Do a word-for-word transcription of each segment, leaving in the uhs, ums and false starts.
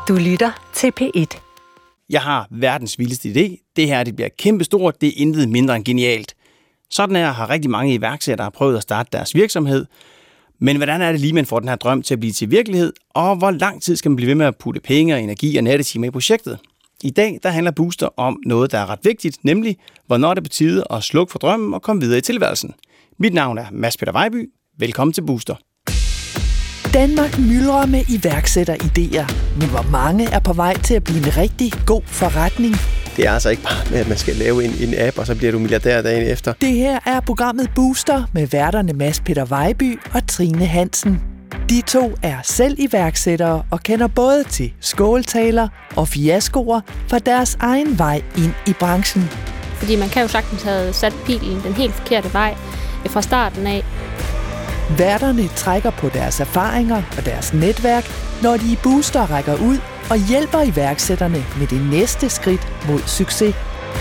Du lytter til P et. Jeg har verdens vildeste idé. Det her det bliver kæmpestort. Det er intet mindre end genialt. Sådan her har rigtig mange iværksættere prøvet at starte deres virksomhed. Men hvordan er det lige, man får den her drøm til at blive til virkelighed? Og hvor lang tid skal man blive ved med at putte penge, energi og nattetimer i projektet? I dag der handler Booster om noget, der er ret vigtigt, nemlig hvornår det er på tide at slukke for drømmen og komme videre i tilværelsen. Mit navn er Mads Peter Vejby. Velkommen til Booster. Danmark myldrer med iværksætteridéer, men hvor mange er på vej til at blive en rigtig god forretning? Det er altså ikke bare med, at man skal lave en, en app, og så bliver du milliardær dagen efter. Det her er programmet Booster med værterne Mads Peter Vejby og Trine Hansen. De to er selv iværksættere og kender både til skåltaler og fiaskoer fra deres egen vej ind i branchen. Fordi man kan jo sagtens have sat pilen den helt forkerte vej fra starten af. Værterne trækker på deres erfaringer og deres netværk, når de i Booster rækker ud og hjælper iværksætterne med det næste skridt mod succes.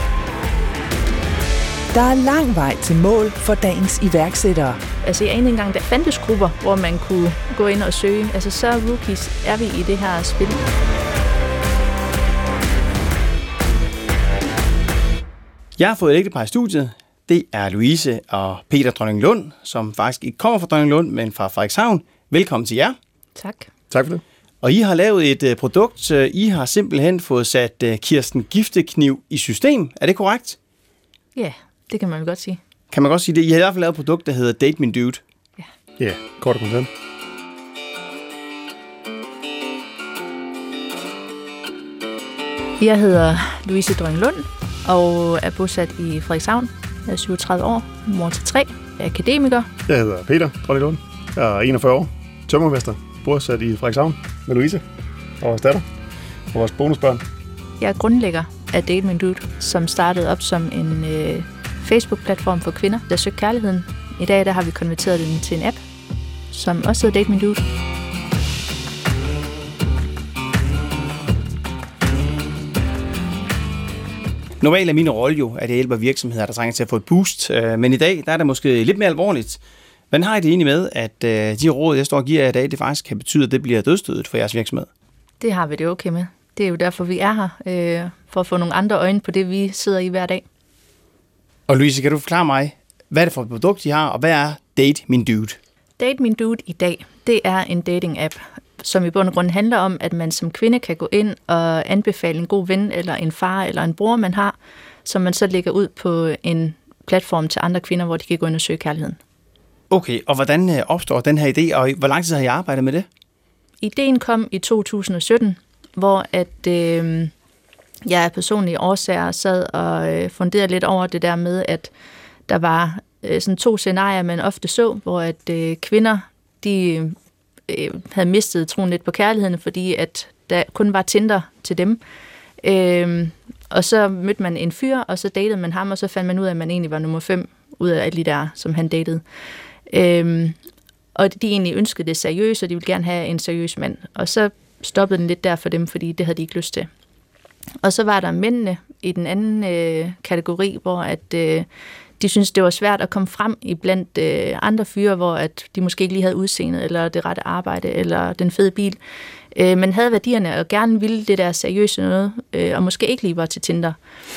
Der er lang vej til mål for dagens iværksættere. Altså jeg anede ikke engang, der fandtes grupper, hvor man kunne gå ind og søge. Altså så rookies er vi i det her spil. Jeg har fået et ægtepar i studiet. Det er Louise og Peter Dronninglund, som faktisk ikke kommer fra Dronninglund, men fra Frederikshavn. Velkommen til jer. Tak. Tak for det. Og I har lavet et uh, produkt. I har simpelthen fået sat uh, Kirsten Giftekniv i system. Er det korrekt? Ja, det kan man jo godt sige. Kan man godt sige det? I har i hvert fald lavet et produkt, der hedder Date Min Dude. Ja. Ja, kort og kontant. Jeg hedder Louise Dronninglund og er bosat i Frederikshavn. Jeg er syvogtredive år, mor til tre, jeg er akademiker. Jeg hedder Peter Dronninglund. Jeg er enogfyrre år, tømrermester, bosat i Frederikshavn med Louise og vores datter og vores bonusbørn. Jeg er grundlægger af Date Min Dude, som startede op som en øh, Facebook-platform for kvinder, der søgte kærligheden. I dag der har vi konverteret den til en app, som også hedder Date Min Dude. Normalt er min rolle jo, at jeg hjælper virksomheder, der trænger til at få et boost. Men i dag der er det måske lidt mere alvorligt. Hvordan har I det egentlig med, at de råd, jeg står og giver jer i dag, det faktisk kan betyde, at det bliver dødsstødet for jeres virksomhed? Det har vi det okay med. Det er jo derfor, vi er her, øh, for at få nogle andre øjne på det, vi sidder i hver dag. Og Louise, kan du forklare mig, hvad er det for et produkt, I har, og hvad er Date Min Dude? Date Min Dude i dag, det er en dating-app, som i bund og grund handler om, at man som kvinde kan gå ind og anbefale en god ven, eller en far, eller en bror, man har, som man så lægger ud på en platform til andre kvinder, hvor de kan gå ind og søge kærligheden. Okay, og hvordan opstår den her idé, og hvor lang tid har I arbejdet med det? Ideen kom i to tusind og sytten, hvor at, øh, jeg af personlige årsager sad og øh, funderede lidt over det der med, at der var øh, sådan to scenarier, man ofte så, hvor at øh, kvinder, de øh, havde mistet troen lidt på kærligheden, fordi at der kun var Tinder til dem. Øh, og så mødte man en fyr, og så datede man ham, og så fandt man ud af, at man egentlig var nummer fem ud af alle de der, som han datede. Øh, og de egentlig ønskede det seriøst, og de ville gerne have en seriøs mand. Og så stoppede den lidt der for dem, fordi det havde de ikke lyst til. Og så var der mændene i den anden øh, kategori, hvor at, øh, de syntes, det var svært at komme frem i blandt øh, andre fyre, hvor at de måske ikke lige havde udseendet, eller det rette arbejde, eller den fede bil. Øh, men havde værdierne og gerne ville det der seriøse noget, øh, og måske ikke lige var til Tinder.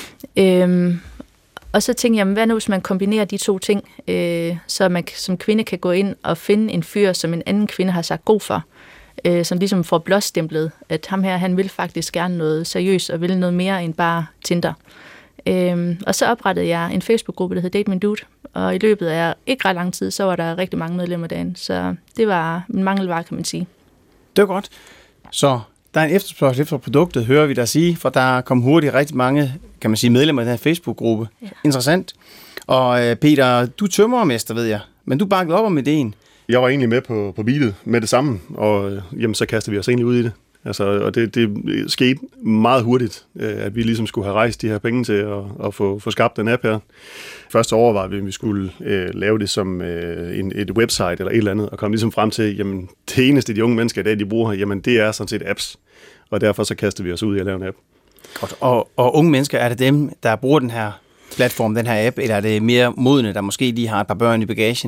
Øh, og så tænkte jeg, hvad nu hvis man kombinerer de to ting, øh, så man som kvinde kan gå ind og finde en fyr, som en anden kvinde har sagt god for, øh, som ligesom får blåstemplet, at ham her, han vil faktisk gerne noget seriøst, og vil noget mere end bare Tinder. Øh, og så oprettede jeg en Facebook-gruppe, der hed Date Min Dude, og i løbet af ikke ret lang tid, så var der rigtig mange medlemmer derinde, så det var en mangelvare, kan man sige. Det var godt. Så der er en efterspørgsel efter produktet, hører vi dig sige, for der kom hurtigt rigtig mange, kan man sige, medlemmer i den her Facebook-gruppe. Ja. Interessant. Og øh, Peter, du er tømrermester, ved jeg, men du bakkede op om ideen. Jeg var egentlig med på, på beatet med det samme, og øh, jamen, så kastede vi os egentlig ud i det. Altså, og det, det skete meget hurtigt, øh, at vi ligesom skulle have rejst de her penge til at, at få, få skabt den app her. Første overvejede vi, at vi skulle øh, lave det som øh, en, et website eller et eller andet, og komme ligesom frem til, jamen det eneste de unge mennesker i dag, de bruger her, jamen det er sådan set apps. Og derfor så kastede vi os ud i at lave en app. Godt. Og, og unge mennesker, er det dem, der bruger den her platform, den her app, eller er det mere modne, der måske lige har et par børn i bagagen?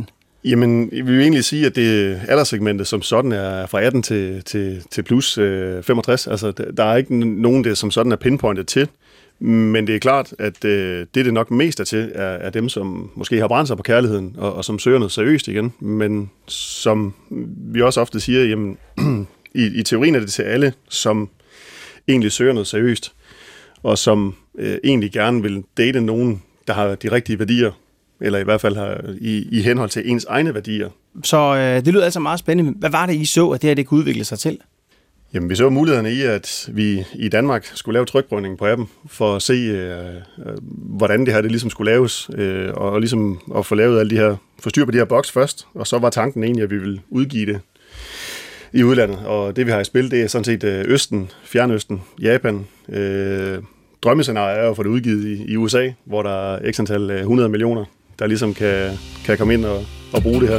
Jamen, vi vil egentlig sige, at det alderssegmentet som sådan er fra atten til, til, til plus øh, femogtres. Altså, der er ikke nogen, der som sådan er pinpointet til. Men det er klart, at øh, det, det nok mest er til, er, er dem, som måske har brændt sig på kærligheden, og, og som søger noget seriøst igen. Men som vi også ofte siger, jamen, i, i teorien er det til alle, som egentlig søger noget seriøst, og som øh, egentlig gerne vil date nogen, der har de rigtige værdier, eller i hvert fald har i, i henhold til ens egne værdier. Så øh, det lyder altså meget spændende. Hvad var det, I så, at det her det kunne udvikle sig til? Jamen, vi så mulighederne i, at vi i Danmark skulle lave trykprøvning på appen, for at se, øh, hvordan det her det ligesom skulle laves, øh, og ligesom at få lavet alle de her, få styr på de her boks først, og så var tanken egentlig, at vi ville udgive det i udlandet. Og det, vi har i spil, det er sådan set Østen, Fjernøsten, Japan. Øh, drømmescenariet er jo at få det udgivet i, i U S A, hvor der er x antal hundrede millioner, der ligesom kan, kan komme ind og, og bruge det her.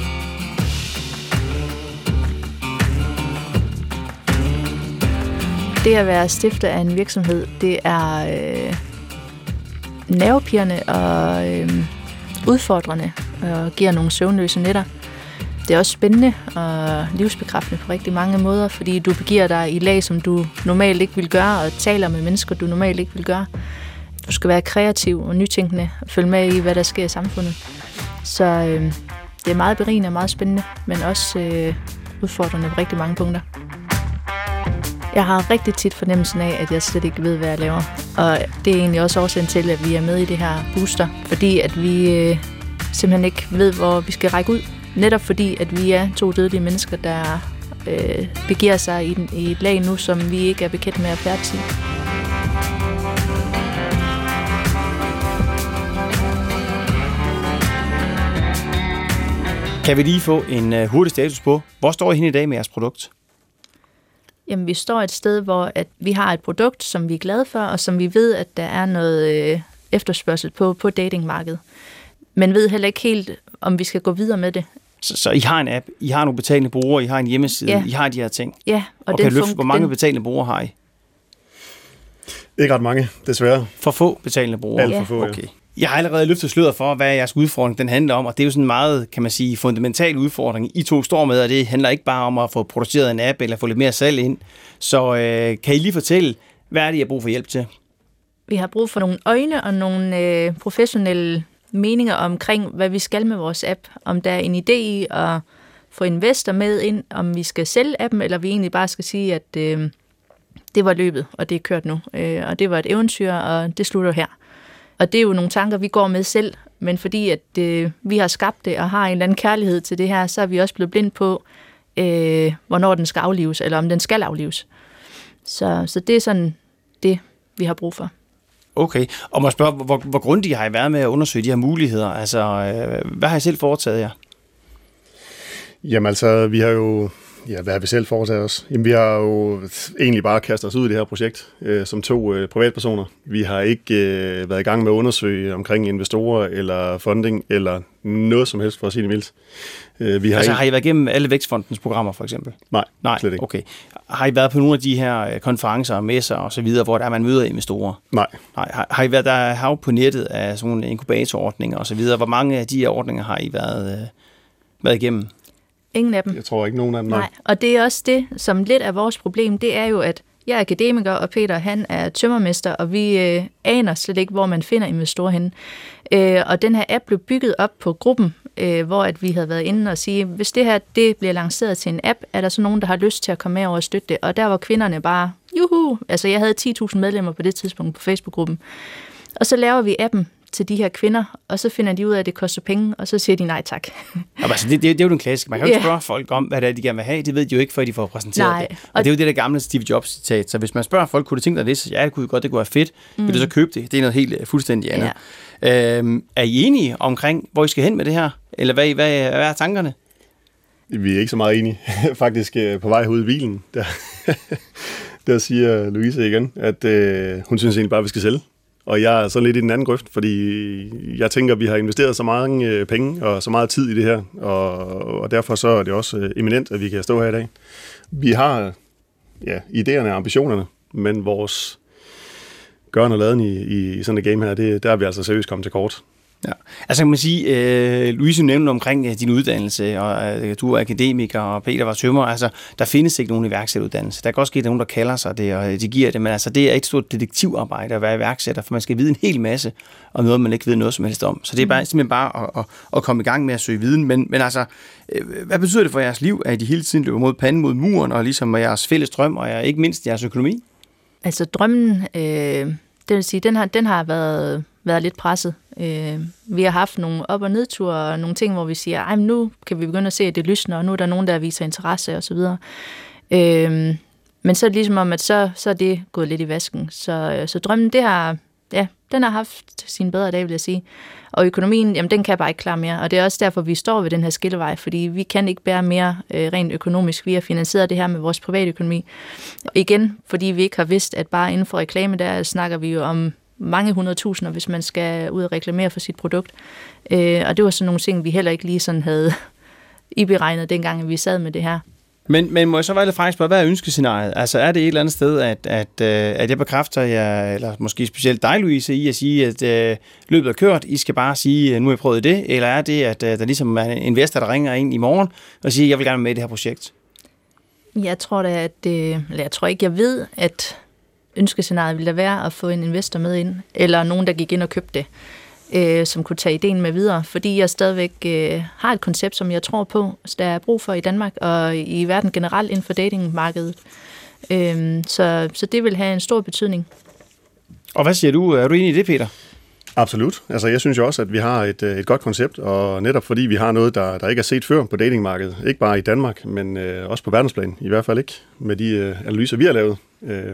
Det at være stifter af en virksomhed, det er øh, nervepirrende og øh, udfordrende og giver nogle søvnløse nætter. Det er også spændende og livsbekræftende på rigtig mange måder, fordi du begiver dig i lag, som du normalt ikke vil gøre, og taler med mennesker, du normalt ikke vil gøre. Du skal være kreativ og nytænkende og følge med i, hvad der sker i samfundet. Så øh, det er meget berigende og meget spændende, men også øh, udfordrende på rigtig mange punkter. Jeg har rigtig tit fornemmelsen af, at jeg slet ikke ved, hvad jeg laver. Og det er egentlig også årsagen til, at vi er med i det her booster. Fordi at vi øh, simpelthen ikke ved, hvor vi skal række ud. Netop fordi, at vi er to dødelige mennesker, der øh, begiver sig i, i et lag nu, som vi ikke er bekendt med at færdes i. Kan vi lige få en uh, hurtig status på, hvor står I henne i dag med jeres produkt? Jamen, vi står et sted, hvor at vi har et produkt, som vi er glade for, og som vi ved, at der er noget øh, efterspørgsel på på datingmarkedet. Men ved heller ikke helt, om vi skal gå videre med det. Så, så I har en app, I har nogle betalende brugere, I har en hjemmeside, ja. I har de her ting? Ja. Og, og kan løfte, hvor mange den... betalende brugere har I? Ikke ret mange, desværre. For få betalende brugere? Alt for få, ja. Okay. Jeg har allerede løftet sløret for, hvad jeres udfordring den handler om, og det er jo sådan en meget, kan man sige, fundamental udfordring, I to står med, og det handler ikke bare om at få produceret en app eller få lidt mere salg ind. Så øh, kan I lige fortælle, hvad er det, I har brug for hjælp til? Vi har brug for nogle øjne og nogle øh, professionelle meninger omkring, hvad vi skal med vores app. Om der er en idé i at få investor med ind, om vi skal sælge appen, eller vi egentlig bare skal sige, at øh, det var løbet, og det er kørt nu. Øh, og det var et eventyr, og det slutter her. Og det er jo nogle tanker, vi går med selv, men fordi at øh, vi har skabt det og har en eller anden kærlighed til det her, så er vi også blevet blind på, øh, hvornår den skal aflives, eller om den skal aflives. Så, så det er sådan det, vi har brug for. Okay, og må jeg spørge, hvor, hvor grundigt har I været med at undersøge de her muligheder? Altså, øh, hvad har I selv foretaget jer? Jamen altså, vi har jo... Ja, hvad har vi selv foretaget os? Jamen, vi har jo egentlig bare kastet os ud i det her projekt øh, som to øh, privatpersoner. Vi har ikke øh, været i gang med at undersøge omkring investorer eller funding eller noget som helst, for at sige det mildt. Øh, vi har altså, ikke... har I været igennem alle Vækstfondens programmer, for eksempel? Nej, Nej, slet ikke. Okay. Har I været på nogle af de her konferencer og messer og så videre, hvor der er, man møder investorer? Nej. Nej. Har, har I været der hav på nettet af sådan nogle inkubatorordninger og så videre? Hvor mange af de her ordninger har I været, øh, været igennem? Ingen af dem. Jeg tror ikke nogen af dem. Nej. Nej, og det er også det, som lidt er vores problem, det er jo, at jeg er akademiker, og Peter, han er tømmermester, og vi øh, aner slet ikke, hvor man finder investorer henne. Øh, og den her app blev bygget op på gruppen, øh, hvor at vi havde været inde og sige, hvis det her det bliver lanceret til en app, er der så nogen, der har lyst til at komme med over og støtte det? Og der var kvinderne bare, juhu! Altså, jeg havde ti tusind medlemmer på det tidspunkt på Facebook-gruppen. Og så laver vi appen til de her kvinder, og så finder de ud af, at det koster penge, og så siger de nej tak. Jamen, altså, det, det, det er jo den klassiske. Man kan jo ikke yeah. spørge folk om, hvad det er, de gerne vil have. Det ved de jo ikke, før de får præsenteret nej. det. Og, og det er jo det der gamle Steve Jobs-citat. Så hvis man spørger folk, kunne du tænke dig det? Så ja, det kunne godt, det kunne være fedt. Mm. Vil du så købe det? Det er noget helt fuldstændig andet. Yeah. Øhm, er I enige omkring, hvor I skal hen med det her? Eller hvad, hvad, hvad er tankerne? Vi er ikke så meget enige. Faktisk på vej ud i bilen, der, der siger Louise igen, at øh, hun synes egentlig bare, at vi skal sælge. Og jeg er så lidt i den anden grøft, fordi jeg tænker, at vi har investeret så mange penge og så meget tid i det her, og, og derfor så er det også eminent, at vi kan stå her i dag. Vi har ja, idéerne og ambitionerne, men vores gørne og laden i, i sådan et game her, det, der er vi altså seriøst kommet til kort. Ja. Altså kan man sige, øh, Louise nævnte omkring øh, din uddannelse, og øh, du er akademiker, og Peter var tømrer. Altså, der findes ikke nogen iværksætteruddannelse. Der kan også ske nogen, der kalder sig det, og de giver det, men altså, det er et stort detektivarbejde at være iværksætter, for man skal vide en hel masse om noget, man ikke ved noget som helst om. Så det er bare, simpelthen bare at, at, at komme i gang med at søge viden. Men, men altså, øh, hvad betyder det for jeres liv, at I hele tiden løber mod panden mod muren, og ligesom jeres fælles drøm, og ikke mindst jeres økonomi? Altså drømmen, øh, det vil sige, den har, den har været, været lidt presset. Øh, vi har haft nogle op- og nedture, og nogle ting, hvor vi siger, ej, nu kan vi begynde at se, at det lysner, og nu er der nogen, der viser interesse osv. Øh, men så er det ligesom om, at så, så er det gået lidt i vasken. Så, så drømmen, det har, ja, den har haft sin bedre dag, vil jeg sige. Og økonomien, jamen den kan jeg bare ikke klare mere. Og det er også derfor, vi står ved den her skillevej, fordi vi kan ikke bære mere øh, rent økonomisk. Vi har finansieret det her med vores private økonomi. Og igen, fordi vi ikke har vidst, at bare inden for reklame, der snakker vi jo om mange hundredtusinder, hvis man skal ud og reklamere for sit produkt. Øh, og det var sådan nogle ting, vi heller ikke lige sådan havde i beregnet, dengang vi sad med det her. Men, men må jeg så være lidt faktisk spørge, hvad er ønskescenariet? Altså er det et eller andet sted, at, at, at jeg bekræfter jer, eller måske specielt dig, Louise, i at sige, at øh, løbet er kørt, I skal bare sige, nu har jeg prøvet det, eller er det, at øh, der ligesom er en investor, der ringer ind i morgen og siger, jeg vil gerne være med i det her projekt? Jeg tror da, at det, eller jeg tror ikke, jeg ved, at ønskescenariet ville da være at få en investor med ind, eller nogen, der gik ind og købte det, øh, som kunne tage ideen med videre, fordi jeg stadigvæk øh, har et koncept, som jeg tror på, der er brug for i Danmark, og i verden generelt inden for datingmarkedet. Øh, så, så det vil have en stor betydning. Og hvad siger du? Er du enig i det, Peter? Absolut. Altså, jeg synes jo også, at vi har et, et godt koncept, og netop fordi vi har noget, der, der ikke er set før på datingmarkedet, ikke bare i Danmark, men øh, også på verdensplan, i hvert fald ikke, med de øh, analyser, vi har lavet, øh,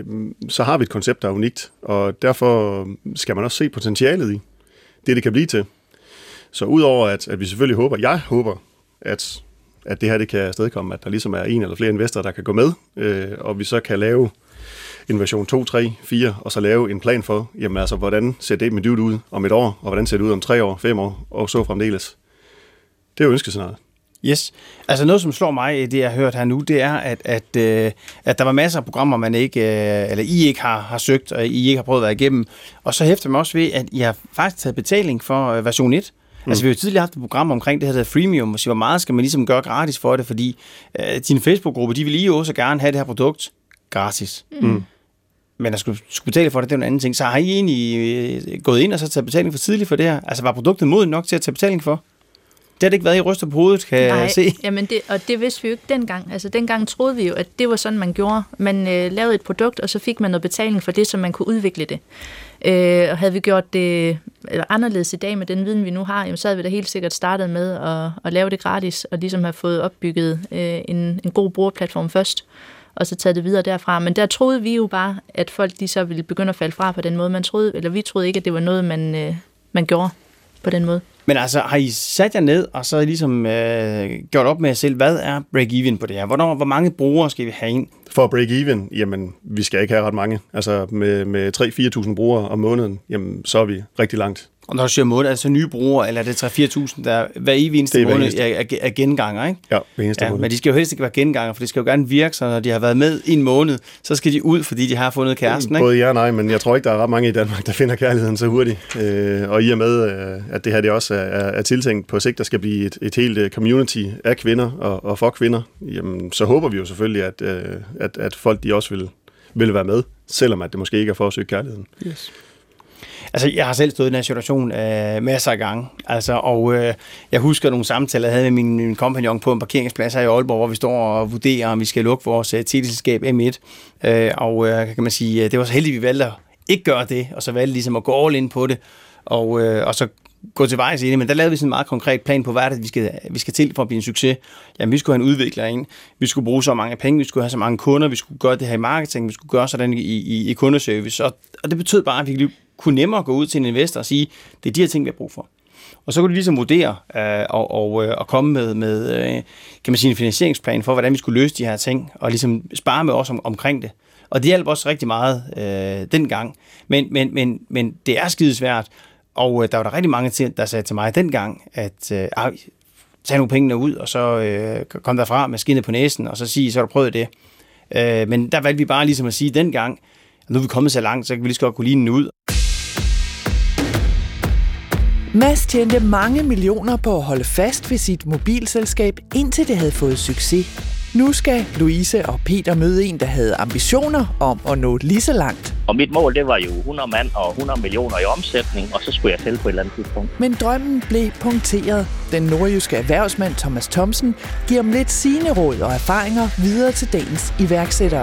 så har vi et koncept, der er unikt, og derfor skal man også se potentialet i det, det kan blive til. Så udover at, at vi selvfølgelig håber, jeg håber, at, at det her det kan afstedkomme, at der ligesom er en eller flere investorer, der kan gå med, øh, og vi så kan lave en version to, tre, fire, og så lave en plan for, jamen altså, hvordan ser det med ud om et år, og hvordan ser det ud om tre år, fem år, og så fremdeles. Det er jo ønskescenariet. Yes. Altså noget, som slår mig i det, jeg har hørt her nu, det er, at, at, øh, at der var masser af programmer, man ikke, øh, eller I ikke har, har søgt, og I ikke har prøvet at være igennem. Og så hæfter man også ved, at I har faktisk taget betaling for øh, version et. Mm. Altså vi har jo tidligere haft et program omkring det her, der hedder Freemium, og så hvor meget skal man ligesom gøre gratis for det, fordi øh, din Facebook-gruppe, de vil lige også gerne have det her produkt gratis. Mm. Men at skulle, skulle betale for det, det er en anden ting. Så har I egentlig gået ind og så taget betaling for tidligt for det her? Altså var produktet moden nok til at tage betaling for? Det har det ikke været, I ryster på hovedet, kan Nej, jeg se. Jamen det, og det vidste vi jo ikke dengang. Altså dengang troede vi jo, at det var sådan, man gjorde. Man øh, lavede et produkt, og så fik man noget betaling for det, så man kunne udvikle det. Øh, og havde vi gjort det eller anderledes i dag med den viden, vi nu har, jamen, så havde vi da helt sikkert startet med at, at lave det gratis, og ligesom have fået opbygget øh, en, en god brugerplatform først, og så taget det videre derfra. Men der troede vi jo bare, at folk de så ville begynde at falde fra på den måde. Man troede, eller vi troede ikke, at det var noget, man, øh, man gjorde på den måde. Men altså, har I sat jer ned, og så ligesom øh, gjort op med jer selv, hvad er break-even på det her? Hvornår, hvor mange brugere skal vi have ind? For break-even, jamen, vi skal ikke have ret mange. Altså, med, med tre til fire tusind brugere om måneden, jamen, så er vi rigtig langt. Og når du siger måned, altså nye brugere, eller er det tre til fire tusind, der hver eneste måned er, er, er genganger, ikke? Ja, hver eneste ja, måned. Men de skal jo helst ikke være genganger, for det skal jo gerne virke, så når de har været med i en måned, så skal de ud, fordi de har fundet kæresten, ikke? Både ja og nej, men jeg tror ikke, der er ret mange i Danmark, der finder kærligheden så hurtigt. Øh, og i og med, at det her det også er, er tiltænkt på sigt, der skal blive et, et helt community af kvinder og, og for kvinder, jamen, så håber vi jo selvfølgelig, at, at, at folk de også vil, vil være med, selvom at det måske ikke er for at søge kærligheden. Yes. Altså, jeg har selv stået i den her situation øh, masser af gange, altså, og øh, jeg husker nogle samtaler, jeg havde med min, min kompagnon på en parkeringsplads her i Aalborg, hvor vi står og vurderer, om vi skal lukke vores uh, teleselskab M et, øh, og øh, kan man sige, det var så heldigt, vi valgte at ikke gøre det, og så valgte ligesom at gå all in på det, og, øh, og så gå til vejs i det, men der lavede vi sådan en meget konkret plan på, hvad er det, vi skal, vi skal til for at blive en succes. Jamen, vi skulle have en udvikler ind, vi skulle bruge så mange penge, vi skulle have så mange kunder, vi skulle gøre det her i marketing, vi skulle gøre sådan i, i, i kundeservice, og, og det betød bare, at vi kunne nemmere gå ud til en investor og sige, det er de her ting, vi har brug for. Og så kunne de ligesom vurdere øh, og, og, øh, og komme med, med øh, kan man sige, en finansieringsplan for, hvordan vi skulle løse de her ting, og ligesom spare med os om, omkring det. Og det hjalp også rigtig meget øh, dengang. Men, men, men, men det er skidesvært, og øh, der var der rigtig mange til, der sagde til mig dengang, at øh, tag nogle pengene ud, og så øh, kom derfra med skinnet på næsen, og så sige, så har du prøvet det. Øh, men der valgte vi bare ligesom at sige dengang, at nu er vi kommet så langt, så kan vi lige så godt kunne ligne den ud. Mads tjente mange millioner på at holde fast ved sit mobilselskab, indtil det havde fået succes. Nu skal Louise og Peter møde en, der havde ambitioner om at nå lige så langt. Og mit mål, det var jo hundrede mand og hundrede millioner i omsætning, og så skulle jeg sælge på et eller andet tidspunkt. Men drømmen blev punkteret. Den nordjyske erhvervsmand Thomas Thomsen giver om lidt sine råd og erfaringer videre til dagens iværksættere.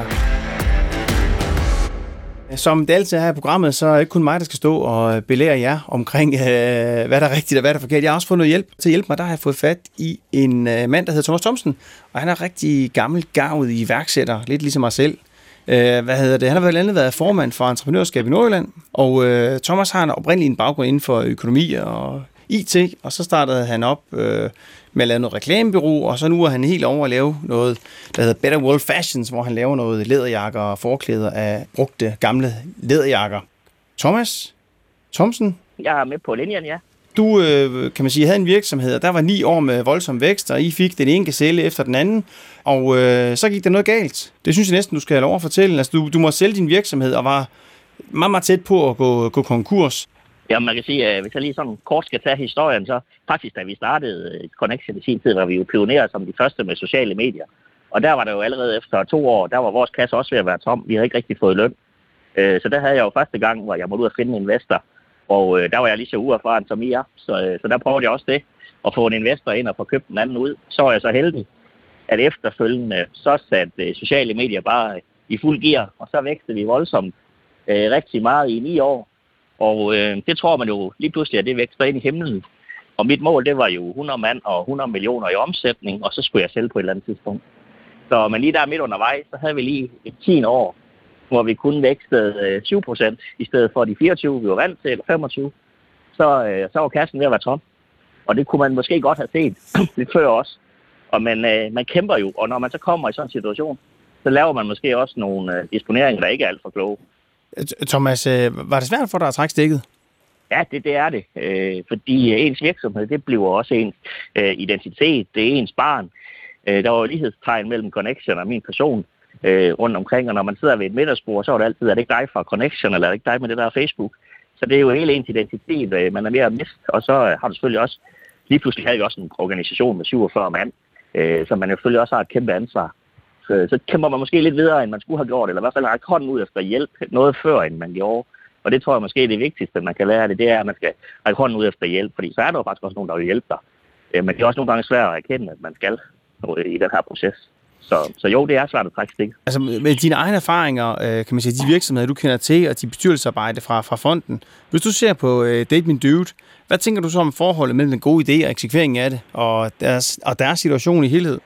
Som det altid er her i programmet, så er det ikke kun mig, der skal stå og belære jer omkring, øh, hvad der er rigtigt og hvad der er forkert. Jeg har også fået noget hjælp. Til at hjælpe mig, der har jeg fået fat i en øh, mand, der hedder Thomas Thomsen, og han er rigtig gammel garvet iværksætter, lidt ligesom mig selv. Øh, hvad hedder det? Han har blandt andet været formand for entreprenørskab i Nordjylland, og øh, Thomas har en oprindelig en baggrund inden for økonomi og I T, og så startede han op øh, med at lave noget reklamebureau, og så nu er han helt over at lave noget, der hedder Better World Fashions, hvor han laver noget læderjakker og forklæder af brugte gamle læderjakker. Thomas Thomsen? Jeg er med på linjen, ja. Du, øh, kan man sige, havde en virksomhed, og der var ni år med voldsom vækst, og I fik den ene gazelle efter den anden, og øh, så gik der noget galt. Det synes jeg næsten, du skal have lov at fortælle. Altså, du, du må sælge din virksomhed, og var meget, meget tæt på at gå, gå konkurs. Ja, man kan sige, at hvis jeg lige sådan kort skal tage historien, så faktisk da vi startede Connection i sin tid, var vi jo pionerer som de første med sociale medier. Og der var det jo allerede efter to år, der var vores kasse også ved at være tom. Vi havde ikke rigtig fået løn. Så der havde jeg jo første gang, hvor jeg måtte ud og finde en investor. Og der var jeg lige så uerfaren som I er. Så, så der prøvede jeg også det, at få en investor ind og få købt den anden ud. Så var jeg så heldig, at efterfølgende så satte sociale medier bare i fuld gear. Og så vækstede vi voldsomt rigtig meget i ni år. Og øh, det tror man jo lige pludselig, at det vækster ind i himlen. Og mit mål, det var jo hundrede mand og hundrede millioner i omsætning, og så skulle jeg sælge på et eller andet tidspunkt. Så men lige der midt undervejs, så havde vi lige et ti år, hvor vi kun vækstede øh, syv procent i stedet for de fireogtyve, vi var vant til, eller femogtyve. Så, øh, så var kassen ved at være tom. Og det kunne man måske godt have set lidt før også. Og man, øh, man kæmper jo, og når man så kommer i sådan en situation, så laver man måske også nogle øh, disponeringer, der ikke er alt for kloge. Thomas, var det svært for dig at trække stikket? Ja, det, det er det. Øh, fordi ens virksomhed, det bliver også ens øh, identitet, det er ens barn. Øh, der var jo lighedstegn mellem Connection og min person øh, rundt omkring, og når man sidder ved et middagsbord, så er det altid, er det ikke dig fra Connection, eller er det ikke dig med det der Facebook? Så det er jo hele ens identitet, øh, man er ved at miste, og så øh, har du selvfølgelig også, lige pludselig havde vi også en organisation med syvogfyrre mand, øh, så man jo selvfølgelig også har et kæmpe ansvar. Så, så kæmper man måske lidt videre, end man skulle have gjort, eller i hvert fald række hånden ud efter hjælp noget før, end man gjorde. Og det tror jeg måske er det vigtigste, man kan lære det, det er, at man skal række hånden ud efter hjælp, fordi så er der jo faktisk også nogen, der vil hjælpe dig. Men det er også nogle gange svært at erkende, at man skal i den her proces. Så, så jo, det er svært at trække stik. Altså med dine egne erfaringer, kan man sige, de virksomheder, du kender til, og de bestyrelsesarbejde fra, fra fonden. Hvis du ser på uh, Date Me Dude, hvad tænker du så om forholdet mellem den gode idé og eksekveringen af det, og deres, og deres situation i helhed?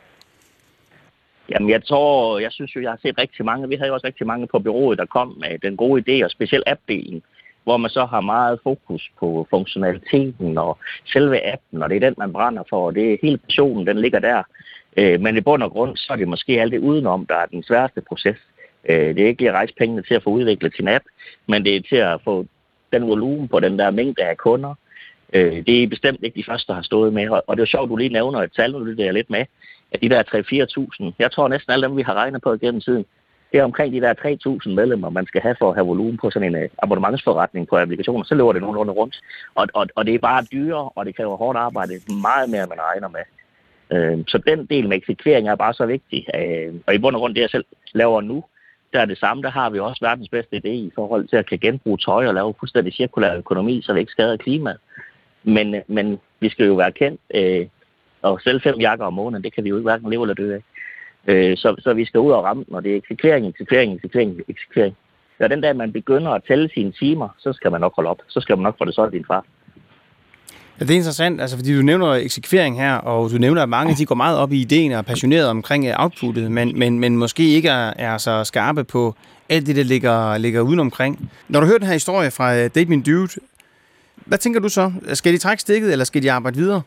Jamen, jeg tror, jeg synes jo, jeg har set rigtig mange, vi havde jo også rigtig mange på bureauet, der kom med den gode idé, og specielt app-delen, hvor man så har meget fokus på funktionaliteten og selve appen, og det er den, man brænder for, og det er hele passionen, den ligger der. Men i bund og grund, så er det måske alt det udenom, der er den sværeste proces. Det er ikke lige at rejse pengene til at få udviklet sin app, men det er til at få den volumen på den der mængde af kunder. Det er bestemt ikke de første, der har stået med, og det er sjovt, du lige nævner et tal, nu lytter jeg lidt med, at de der tre til fire tusind, jeg tror næsten alle dem, vi har regnet på igennem tiden, det er omkring de der tre tusind medlemmer, man skal have for at have volumen på sådan en uh, abonnementsforretning på applikationer, så løber det nogenlunde rundt. Og, og, og det er bare dyrere, og det kræver hårdt arbejde, meget mere, end man regner med. Uh, så den del med eksekvering er bare så vigtig. Uh, og i bund og grund, det jeg selv laver nu, der er det samme, der har vi også verdens bedste idé i forhold til at kan genbruge tøj og lave fuldstændig cirkulær økonomi, så vi ikke skader klimaet. Men, uh, men vi skal jo være kendt, uh, og selv fem jakker om måneden, det kan vi jo ikke hverken leve eller dø af. Øh, så, så vi skal ud og ramme den, og det er eksekvering, eksekvering, eksekvering, eksekvering. Og den dag, man begynder at tælle sine timer, så skal man nok holde op. Så skal man nok få det solgt din far. Ja, det er interessant, altså, fordi du nævner eksekvering her, og du nævner, at mange de går meget op i ideen og er passionerede omkring outputtet, men, men, men måske ikke er, er så skarpe på alt det, der ligger, ligger udenomkring. Når du hører den her historie fra Date Me Dude, hvad tænker du så? Skal de trække stikket, eller skal de arbejde videre?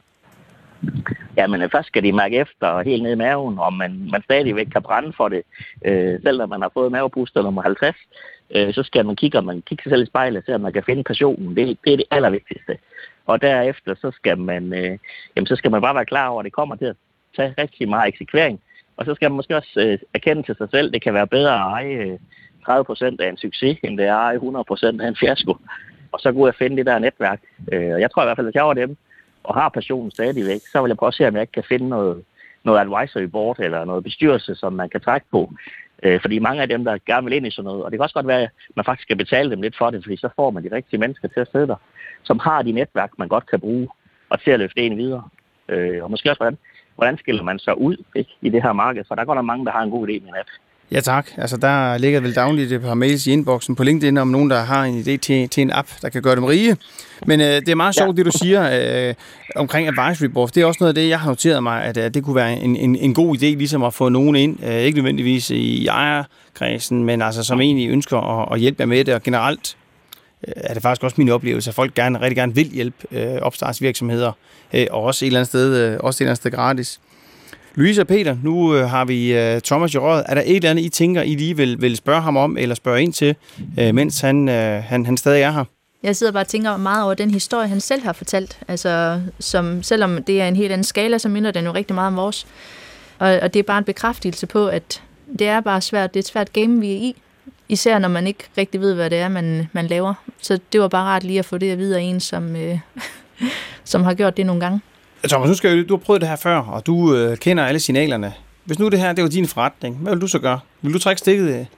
Jamen, først skal de mærke efter helt ned i maven, om man, man stadigvæk kan brænde for det. Øh, selv når man har fået mavepuster nummer halvtreds, øh, så skal man kigge, man kigge sig selv i spejlet, så man kan finde passionen. Det, det er det allervigtigste. Og derefter, så skal man, øh, jamen, så skal man bare være klar over, at det kommer til at tage rigtig meget eksekvering. Og så skal man måske også øh, erkende til sig selv, at det kan være bedre at eje tredive procent af en succes, end det er at eje hundrede procent af en fiasko. og så gå ud og finde det der netværk. Øh, og jeg tror i hvert fald, at jeg var dem, og har passionen stadigvæk, så vil jeg prøve at se, om jeg ikke kan finde noget, noget advisory board eller noget bestyrelse, som man kan trække på. Øh, fordi mange af dem, der gerne vil ind i sådan noget, og det kan også godt være, at man faktisk skal betale dem lidt for det, fordi så får man de rigtige mennesker til at sidde der, som har de netværk, man godt kan bruge, og til at løfte en videre. Øh, og måske også, hvordan, hvordan skiller man sig ud, ikke, i det her marked, for der er godt nok mange, der har en god idé med en app. Ja tak. Altså der ligger vel dagligt et par mails i inboxen på LinkedIn om nogen, der har en idé til, til en app, der kan gøre dem rige. Men øh, det er meget sjovt, ja. Det du siger øh, omkring advisory board. Det er også noget af det, jeg har noteret mig, at øh, det kunne være en, en, en god idé, ligesom at få nogen ind, øh, ikke nødvendigvis i ejerkredsen, men altså som egentlig ønsker at, at hjælpe jer med det, og generelt øh, er det faktisk også min oplevelse, at folk gerne, rigtig gerne vil hjælpe øh, opstartsvirksomheder, øh, og også et eller andet sted, øh, også et eller andet sted gratis. Louise og Peter, nu øh, har vi øh, Thomas i røret. Er der et eller andet, I tænker, I lige vil, vil spørge ham om, eller spørge ind til, øh, mens han, øh, han, han stadig er her? Jeg sidder bare og tænker meget over den historie, han selv har fortalt. Altså, som, selvom det er en helt anden skala, så minder den jo rigtig meget om vores. Og, og det er bare en bekræftelse på, at det er bare svært. Det er et svært game, vi er i. Især når man ikke rigtig ved, hvad det er, man, man laver. Så det var bare rart lige at få det at vide af en, som, øh, som har gjort det nogle gange. Thomas, nu skal jeg, du har prøvet det her før, og du øh, kender alle signalerne. Hvis nu det her, det var din forretning, hvad vil du så gøre? Vil du trække stikket?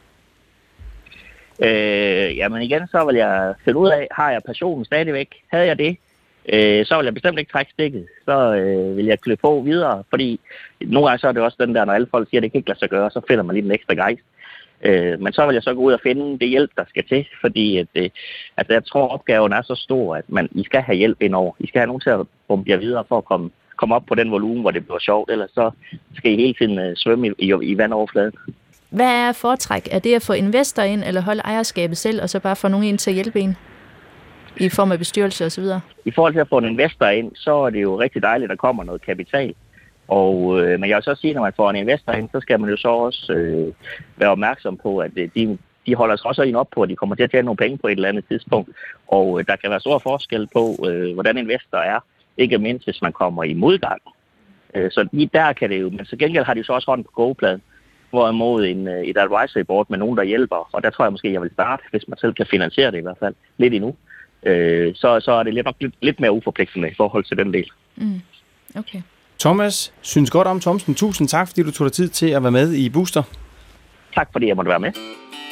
Øh, jamen igen, så vil jeg finde ud af, har jeg passionen stadigvæk? Havde jeg det, øh, så vil jeg bestemt ikke trække stikket. Så øh, vil jeg klø på videre, fordi nogle gange så er det også den der, når alle folk siger, at det kan ikke lade sig gøre, så finder man lige en ekstra gejst. Øh, men så vil jeg så gå ud og finde det hjælp, der skal til, fordi at, øh, at jeg tror, opgaven er så stor, at man, I skal have hjælp indover. I skal have nogen til at bombe jer videre for at komme, komme op på den volumen, hvor det bliver sjovt, ellers så skal I hele tiden øh, svømme i, i, i vandoverfladen. Hvad er foretræk? Er det at få investor ind, eller holde ejerskabet selv, og så bare få nogen ind til at hjælpe en? I form af bestyrelse osv.? I forhold til at få en investor ind, så er det jo rigtig dejligt, at der kommer noget kapital. Og, øh, men jeg vil så sige, at når man får en investor ind, så skal man jo så også øh, være opmærksom på, at de, de holder sig også en op på, at de kommer til at tjene nogle penge på et eller andet tidspunkt. Og øh, der kan være stor forskel på, øh, hvordan investor er, ikke mindst hvis man kommer i modgang. Øh, så lige der kan det jo, men så gengæld har de jo så også hånden på kogepladen, hvorimod en, et advisory board med nogen, der hjælper. Og der tror jeg måske, jeg vil starte, hvis man selv kan finansiere det i hvert fald, lidt endnu. Øh, så, så er det lidt, nok lidt, lidt mere uforpligtende i forhold til den del. Mm. Okay. Thomas, synes godt om Thomsen. Tusind tak, fordi du tog dig tid til at være med i Booster. Tak, fordi jeg måtte være med.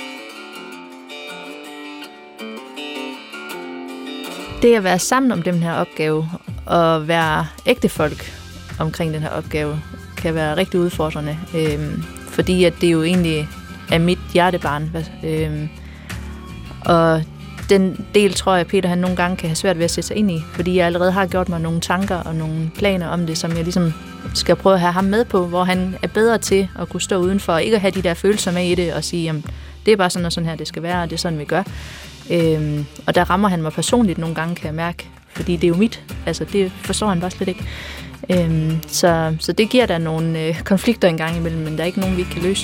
Det at være sammen om den her opgave, og være ægte folk omkring den her opgave, kan være rigtig udfordrende. Øhm, fordi at det jo egentlig er mit hjertebarn. Øhm, og den del tror jeg, Peter han nogle gange kan have svært ved at sætte sig ind i, fordi jeg allerede har gjort mig nogle tanker og nogle planer om det, som jeg ligesom skal prøve at have ham med på, hvor han er bedre til at kunne stå udenfor, og ikke at have de der følelser med i det, og sige, jamen, det er bare sådan og sådan her, det skal være, og det er sådan, vi gør. Øhm, og der rammer han mig personligt nogle gange, kan jeg mærke, fordi det er jo mit, altså det forstår han bare slet ikke. Øhm, så, så det giver der nogle øh, konflikter en gang imellem, men der er ikke nogen, vi ikke kan løse.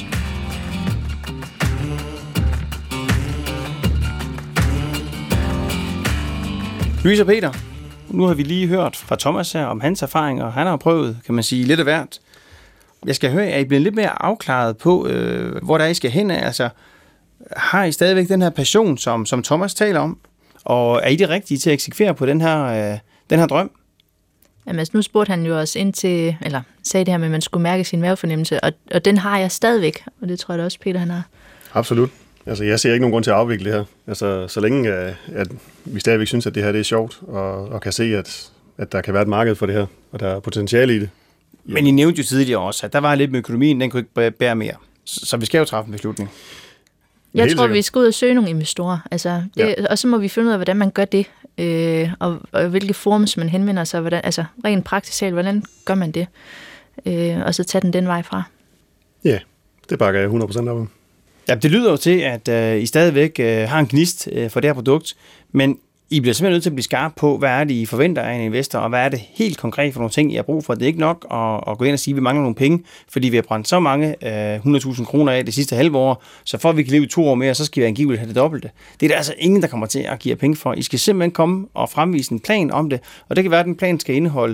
Louise og Peter, nu har vi lige hørt fra Thomas her om hans erfaringer. Han har prøvet, kan man sige, lidt af hvert. Jeg skal høre, er I blevet lidt mere afklaret på, øh, hvor der er, I skal hen af? Altså, har I stadigvæk den her passion, som, som Thomas taler om? Og er I det rigtige til at eksekvere på den her, øh, den her drøm? Jamen, altså, nu spurgte han jo også ind til, eller sagde det her med, at man skulle mærke sin mavefornemmelse, og, og den har jeg stadigvæk, og det tror jeg da også, Peter han har. Absolut. Altså, jeg ser ikke nogen grund til at afvikle det her. Altså, så længe at vi stadigvæk synes, at det her det er sjovt, og, og kan se, at, at der kan være et marked for det her, og der er potentiale i det. Ja. Men I nævnte jo tidligere også, at der var lidt med økonomien, den kunne ikke bære mere. Så, så vi skal jo træffe en beslutning. Jeg Helt tror, sikkert. Vi skal ud og søge nogle investorer, altså, det, ja. Og så må vi finde ud af, hvordan man gør det, øh, og, og hvilke forums man henvender sig, hvordan, altså rent praktisk selv, hvordan gør man det, øh, og så tage den den vej fra. Ja, det bakker jeg hundrede procent op om. Ja, det lyder jo til, at øh, I stadigvæk øh, har en gnist øh, for det her produkt, men I bliver simpelthen nødt til at blive skarpe på, hvad er det, I forventer af en investor, og hvad er det helt konkret for nogle ting, I har brug for. Det er ikke nok at, at gå ind og sige, at vi mangler nogle penge, fordi vi har brændt så mange øh, hundrede tusind kroner af det sidste halve år, så for at vi kan leve i to år mere, så skal vi angiveligt have det dobbelte. Det er der altså ingen, der kommer til at give jer penge for. I skal simpelthen komme og fremvise en plan om det, og det kan være, at den plan skal indeholde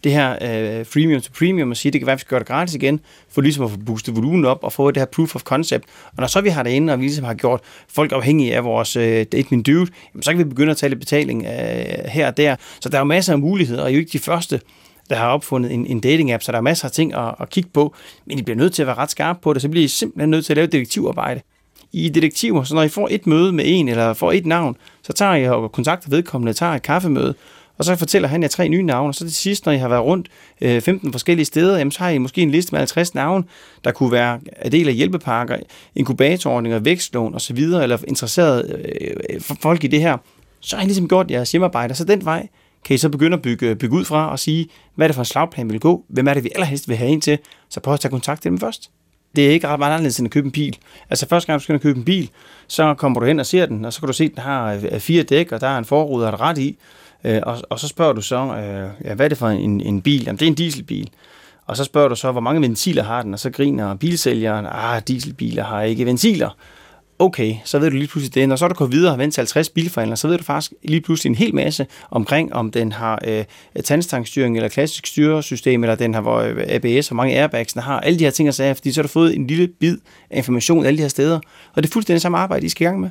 det her øh, freemium to premium og sige, det kan være, at vi skal gøre det gratis igen, for ligesom at få boostet volumen op og få det her proof of concept. Og når så vi har det inde, og vi ligesom har gjort folk afhængige af vores øh, Date Min Dude, jamen, så kan vi begynde at tage lidt betaling øh, her og der. Så der er jo masser af muligheder, og I er jo ikke de første, der har opfundet en, en dating-app, så der er masser af ting at, at kigge på, men I bliver nødt til at være ret skarpe på det, så bliver I simpelthen nødt til at lave detektivarbejde. I detektiver, så når I får et møde med en, eller får et navn, så tager I og kontakter vedkommende, tager et kaffemøde, og så fortæller han jer tre nye navne, og så til sidst, når I har været rundt øh, femten forskellige steder, jamen, så har I måske en liste med halvtreds navne, der kunne være en del af hjælpepakker, inkubatorordninger, vækstlån osv., eller interesserede øh, folk i det her. Så har I ligesom gjort jeres hjemmearbejde, så den vej kan I så begynde at bygge, bygge ud fra og sige, hvad er det for en slagplan, vi vil gå, hvem er det, vi allerhelst vil have ind til, så prøv at tage kontakt til dem først. Det er ikke ret meget anderledes end at købe en bil. Altså første gang du skal købe en bil, så kommer du hen og ser den, og så kan du se, at den har fire dæk, og der er en forrude og et ret i. Og, og så spørger du så, ja, hvad er det for en, en bil? Jamen det er en dieselbil. Og så spørger du så, hvor mange ventiler har den? Og så griner bilsælgeren, ah, dieselbiler har ikke ventiler. Okay, så ved du lige pludselig det. Når så er du gået videre og vendt til halvtreds bilforhandlere, så ved du faktisk lige pludselig en hel masse omkring, om den har øh, tandstangstyring eller klassisk styresystem, eller den har øh, A B S, hvor mange airbags den har. Alle de her ting at sige, fordi så har du fået en lille bid af information alle de her steder. Og det er fuldstændig samme arbejde, I skal i gang med.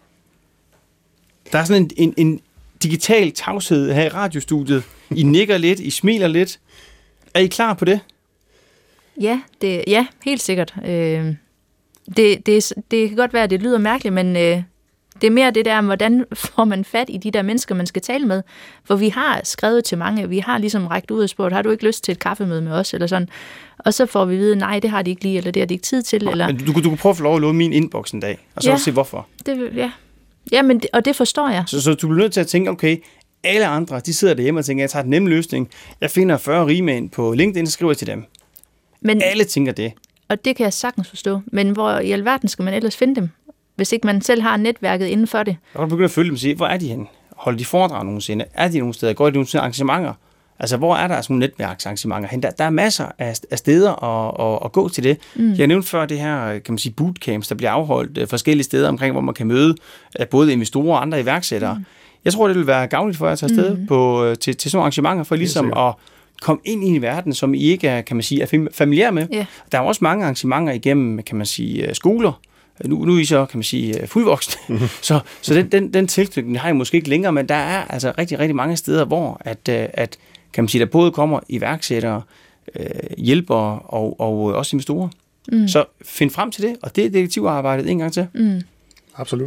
Der er sådan en, en, en digital tavshed her i radiostudiet. I nikker lidt, I smiler lidt. Er I klar på det? Ja, det, ja helt sikkert. Øh... Det, det, det kan godt være, at det lyder mærkeligt, men øh, det er mere det der, hvordan får man fat i de der mennesker, man skal tale med. For vi har skrevet til mange, vi har ligesom rækket ud og spurgt, har du ikke lyst til et kaffemøde med os, eller sådan. Og så får vi vide, nej, det har de ikke lige, eller det har de ikke tid til. Eller... Men du, du kan prøve at få lov at låne min inbox en dag, og så ja, se hvorfor. Det, ja, ja men det, og det forstår jeg. Så, så du bliver nødt til at tænke, okay, alle andre, de sidder derhjemme og tænker, jeg tager den nemme løsning. Jeg finder fyrre rigmænd på LinkedIn, så skriver jeg til dem. Men... Alle tænker det. Og det kan jeg sagtens forstå. Men hvor i alverden skal man ellers finde dem, hvis ikke man selv har netværket inden for det? Så kan du begynde at følge dem og sige, hvor er de henne? Holder de foredrag nogensinde? Er de nogle steder? Går de nogle steder arrangementer? Altså, hvor er der sådan nogle netværksarrangementer hen? Der, der er masser af, af steder at, at, at gå til det. Mm. Jeg nævnte før det her, kan man sige, bootcamps, der bliver afholdt forskellige steder omkring, hvor man kan møde både investorer og andre iværksættere. Mm. Jeg tror, det vil være gavnligt for jer at tage afsted mm. på, til, til sådan nogle arrangementer, for ligesom at komme ind i en verden, som I ikke er, kan man sige, er familiær med. Yeah. Der er også mange arrangementer igennem, kan man sige, skoler. Nu, nu er I så, kan man sige, fuldvoksne. Mm-hmm. Så, så den, den, den tilknytning har I måske ikke længere, men der er altså rigtig, rigtig mange steder, hvor at, at kan man sige, der både kommer iværksættere, øh, hjælpere og, og også investorer. Mm. Så find frem til det, og det er detektivarbejdet en gang til. Mm. Absolut.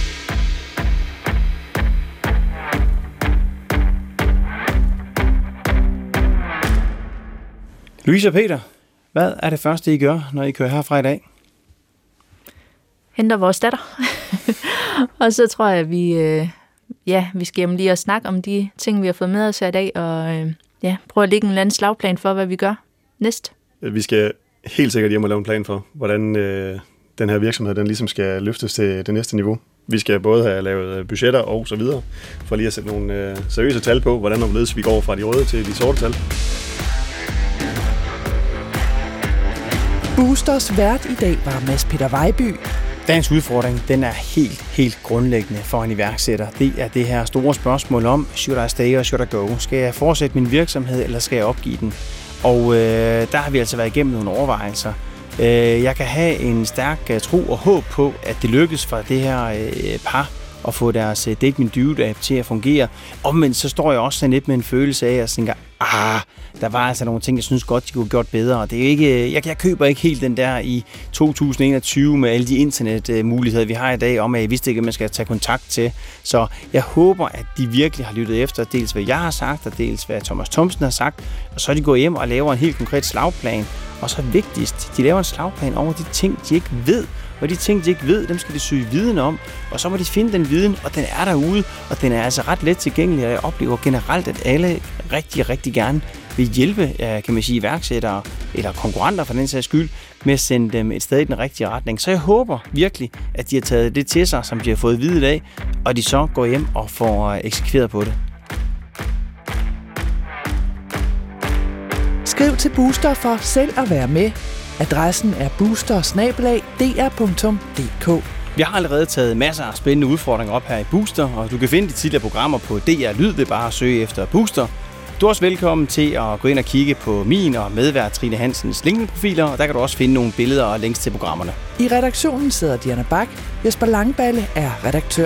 Louise og Peter, hvad er det første, I gør, når I kører herfra i dag? Henter vores datter. Og så tror jeg, at vi, øh, ja, vi skal hjem lige og snakke om de ting, vi har fået med os her i dag, og øh, ja, prøve at lægge en eller anden slagplan for, hvad vi gør næst. Vi skal helt sikkert hjem og lave en plan for, hvordan øh, den her virksomhed den ligesom skal løftes til det næste niveau. Vi skal både have lavet budgetter og så videre, for lige at sætte nogle øh, seriøse tal på, hvordan omledes vi går fra de røde til de sorte tal. Boosters vært i dag var Mads Peter Vejby. Dagens udfordring, den er helt, helt grundlæggende for en iværksætter. Det er det her store spørgsmål om, should I stay or should I go? Skal jeg fortsætte min virksomhed, eller skal jeg opgive den? Og øh, der har vi altså været igennem nogle overvejelser. Øh, jeg kan have en stærk uh, tro og håb på, at det lykkes for det her øh, par at få deres uh, Date Min Dude-app til at fungere. Omvendt så står jeg også sådan lidt med en følelse af, at jeg tænker, ah, der var altså nogle ting, jeg synes godt, de kunne have gjort bedre. Og det er ikke, jeg, jeg køber ikke helt den der i to tusind enogtyve med alle de internetmuligheder, vi har i dag, om at jeg vidste ikke, at man skal tage kontakt til. Så jeg håber, at de virkelig har lyttet efter, dels hvad jeg har sagt, og dels hvad Thomas Thomsen har sagt. Og så er de gået hjem og laver en helt konkret slagplan. Og så vigtigst, de laver en slagplan over de ting, de ikke ved. Og de ting, de ikke ved, dem skal de søge viden om. Og så må de finde den viden, og den er derude. Og den er altså ret let tilgængelig, og jeg oplever generelt, at alle rigtig, rigtig gerne vil hjælpe, kan man sige, iværksættere eller konkurrenter for den sags skyld, med at sende dem et sted i den rigtige retning. Så jeg håber virkelig, at de har taget det til sig, som de har fået at vide i dag, og de så går hjem og får eksekveret på det. Skriv til Booster for selv at være med. Adressen er booster bindestreg d r punktum d k. Vi har allerede taget masser af spændende udfordringer op her i Booster, og du kan finde de tidligere programmer på D R Lyd ved bare at søge efter Booster. Du er også velkommen til at gå ind og kigge på min og medvært Trine Hansens LinkedIn-profiler, og der kan du også finde nogle billeder og links til programmerne. I redaktionen sidder Diana Bak. Jesper Langballe er redaktør.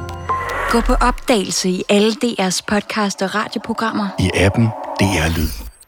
Gå på opdagelse i alle D R's podcast og radioprogrammer. I appen D R Lyd.